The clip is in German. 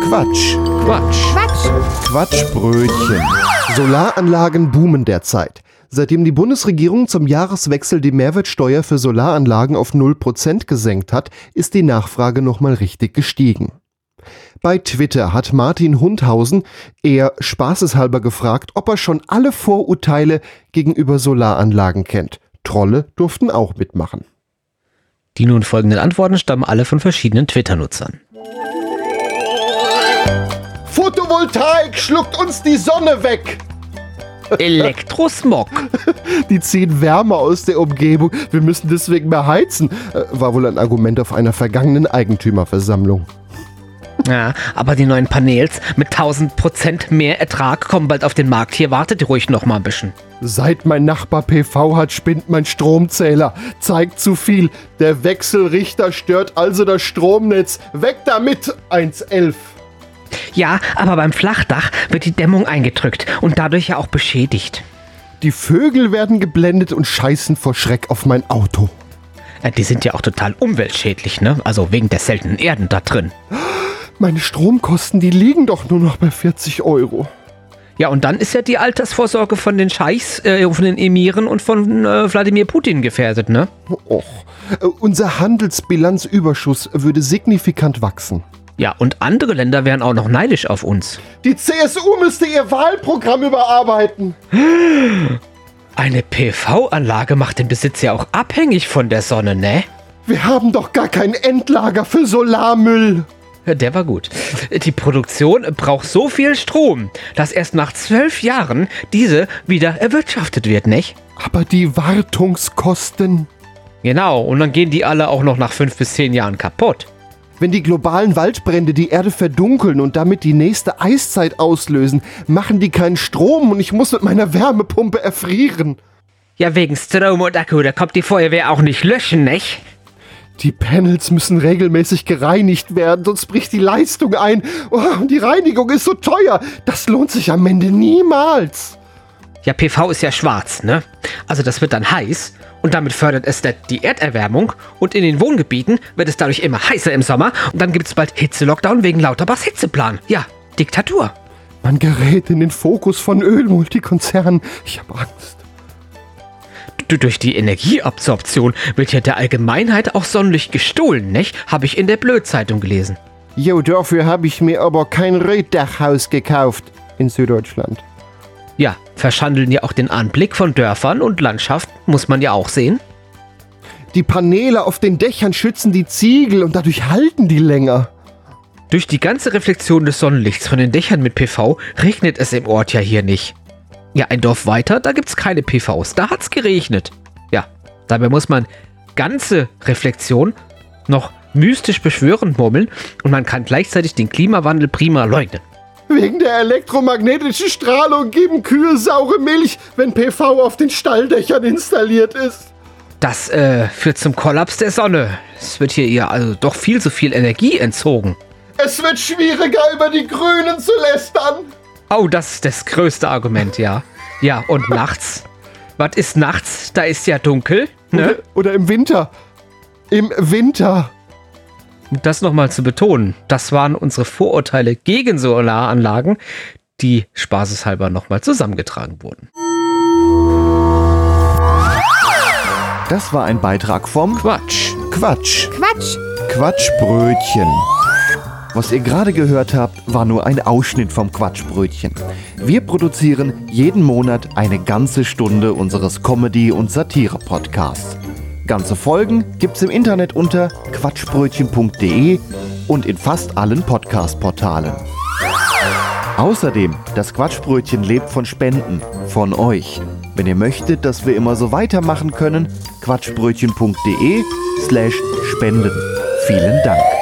Quatsch. Quatschbrötchen. Solaranlagen boomen derzeit. Seitdem die Bundesregierung zum Jahreswechsel die Mehrwertsteuer für Solaranlagen auf 0% gesenkt hat, ist die Nachfrage nochmal richtig gestiegen. Bei Twitter hat Martin Hundhausen eher spaßeshalber gefragt, ob er schon alle Vorurteile gegenüber Solaranlagen kennt. Trolle durften auch mitmachen. Die nun folgenden Antworten stammen alle von verschiedenen Twitter-Nutzern. Photovoltaik schluckt uns die Sonne weg! Elektrosmog. Die ziehen Wärme aus der Umgebung. Wir müssen deswegen mehr heizen. War wohl ein Argument auf einer vergangenen Eigentümerversammlung. Ja, aber die neuen Panels mit 1000% mehr Ertrag kommen bald auf den Markt. Hier wartet ruhig noch mal ein bisschen. Seit mein Nachbar PV hat, spinnt mein Stromzähler. Zeigt zu viel. Der Wechselrichter stört also das Stromnetz. Weg damit, 111. Ja, aber beim Flachdach wird die Dämmung eingedrückt und dadurch ja auch beschädigt. Die Vögel werden geblendet und scheißen vor Schreck auf mein Auto. Die sind ja auch total umweltschädlich, ne? Also wegen der seltenen Erden da drin. Meine Stromkosten, die liegen doch nur noch bei 40 €. Ja, und dann ist ja die Altersvorsorge von den Scheichs, von den Emiren und von Wladimir Putin gefährdet, ne? Och, unser Handelsbilanzüberschuss würde signifikant wachsen. Ja, und andere Länder wären auch noch neidisch auf uns. Die CSU müsste ihr Wahlprogramm überarbeiten. Eine PV-Anlage macht den Besitz ja auch abhängig von der Sonne, ne? Wir haben doch gar kein Endlager für Solarmüll. Ja, der war gut. Die Produktion braucht so viel Strom, dass erst nach 12 Jahren diese wieder erwirtschaftet wird, nicht? Aber die Wartungskosten. Genau, und dann gehen die alle auch noch nach 5 bis 10 Jahren kaputt. Wenn die globalen Waldbrände die Erde verdunkeln und damit die nächste Eiszeit auslösen, machen die keinen Strom und ich muss mit meiner Wärmepumpe erfrieren. Ja, wegen Strom und Akku, da kommt die Feuerwehr auch nicht löschen, nicht? Die Panels müssen regelmäßig gereinigt werden, sonst bricht die Leistung ein. Oh, und die Reinigung ist so teuer. Das lohnt sich am Ende niemals. Ja, PV ist ja schwarz, ne? Also das wird dann heiß und damit fördert es die Erderwärmung und in den Wohngebieten wird es dadurch immer heißer im Sommer und dann gibt es bald Hitze-Lockdown wegen Lauterbachs Hitzeplan. Ja, Diktatur. Man gerät in den Fokus von Ölmultikonzernen. Ich habe Angst. Durch die Energieabsorption wird ja der Allgemeinheit auch Sonnenlicht gestohlen, nicht? Habe ich in der Blöd-Zeitung gelesen. Jo, dafür habe ich mir aber kein Reetdachhaus gekauft in Süddeutschland. Ja, verschandeln ja auch den Anblick von Dörfern und Landschaft, muss man ja auch sehen. Die Paneele auf den Dächern schützen die Ziegel und dadurch halten die länger. Durch die ganze Reflexion des Sonnenlichts von den Dächern mit PV regnet es im Ort ja hier nicht. Ja, ein Dorf weiter, da gibt's keine PVs, da hat's geregnet. Ja, dabei muss man ganze Reflexion noch mystisch beschwörend murmeln und man kann gleichzeitig den Klimawandel prima leugnen. Wegen der elektromagnetischen Strahlung geben Kühe saure Milch, wenn PV auf den Stalldächern installiert ist. Das führt zum Kollaps der Sonne. Es wird hier ihr also doch viel zu viel Energie entzogen. Es wird schwieriger, über die Grünen zu lästern. Oh, das ist das größte Argument, ja. Ja, und nachts? Was ist nachts? Da ist ja dunkel, ne? Oder im Winter. Im Winter. Um das nochmal zu betonen, das waren unsere Vorurteile gegen Solaranlagen, die spaßeshalber nochmal zusammengetragen wurden. Das war ein Beitrag vom Quatschbrötchen. Was ihr gerade gehört habt, war nur ein Ausschnitt vom Quatschbrötchen. Wir produzieren jeden Monat eine ganze Stunde unseres Comedy- und Satire-Podcasts. Ganze Folgen gibt's im Internet unter quatschbrötchen.de und in fast allen Podcast-Portalen. Außerdem, das Quatschbrötchen lebt von Spenden, von euch. Wenn ihr möchtet, dass wir immer so weitermachen können, quatschbrötchen.de/spenden. Vielen Dank.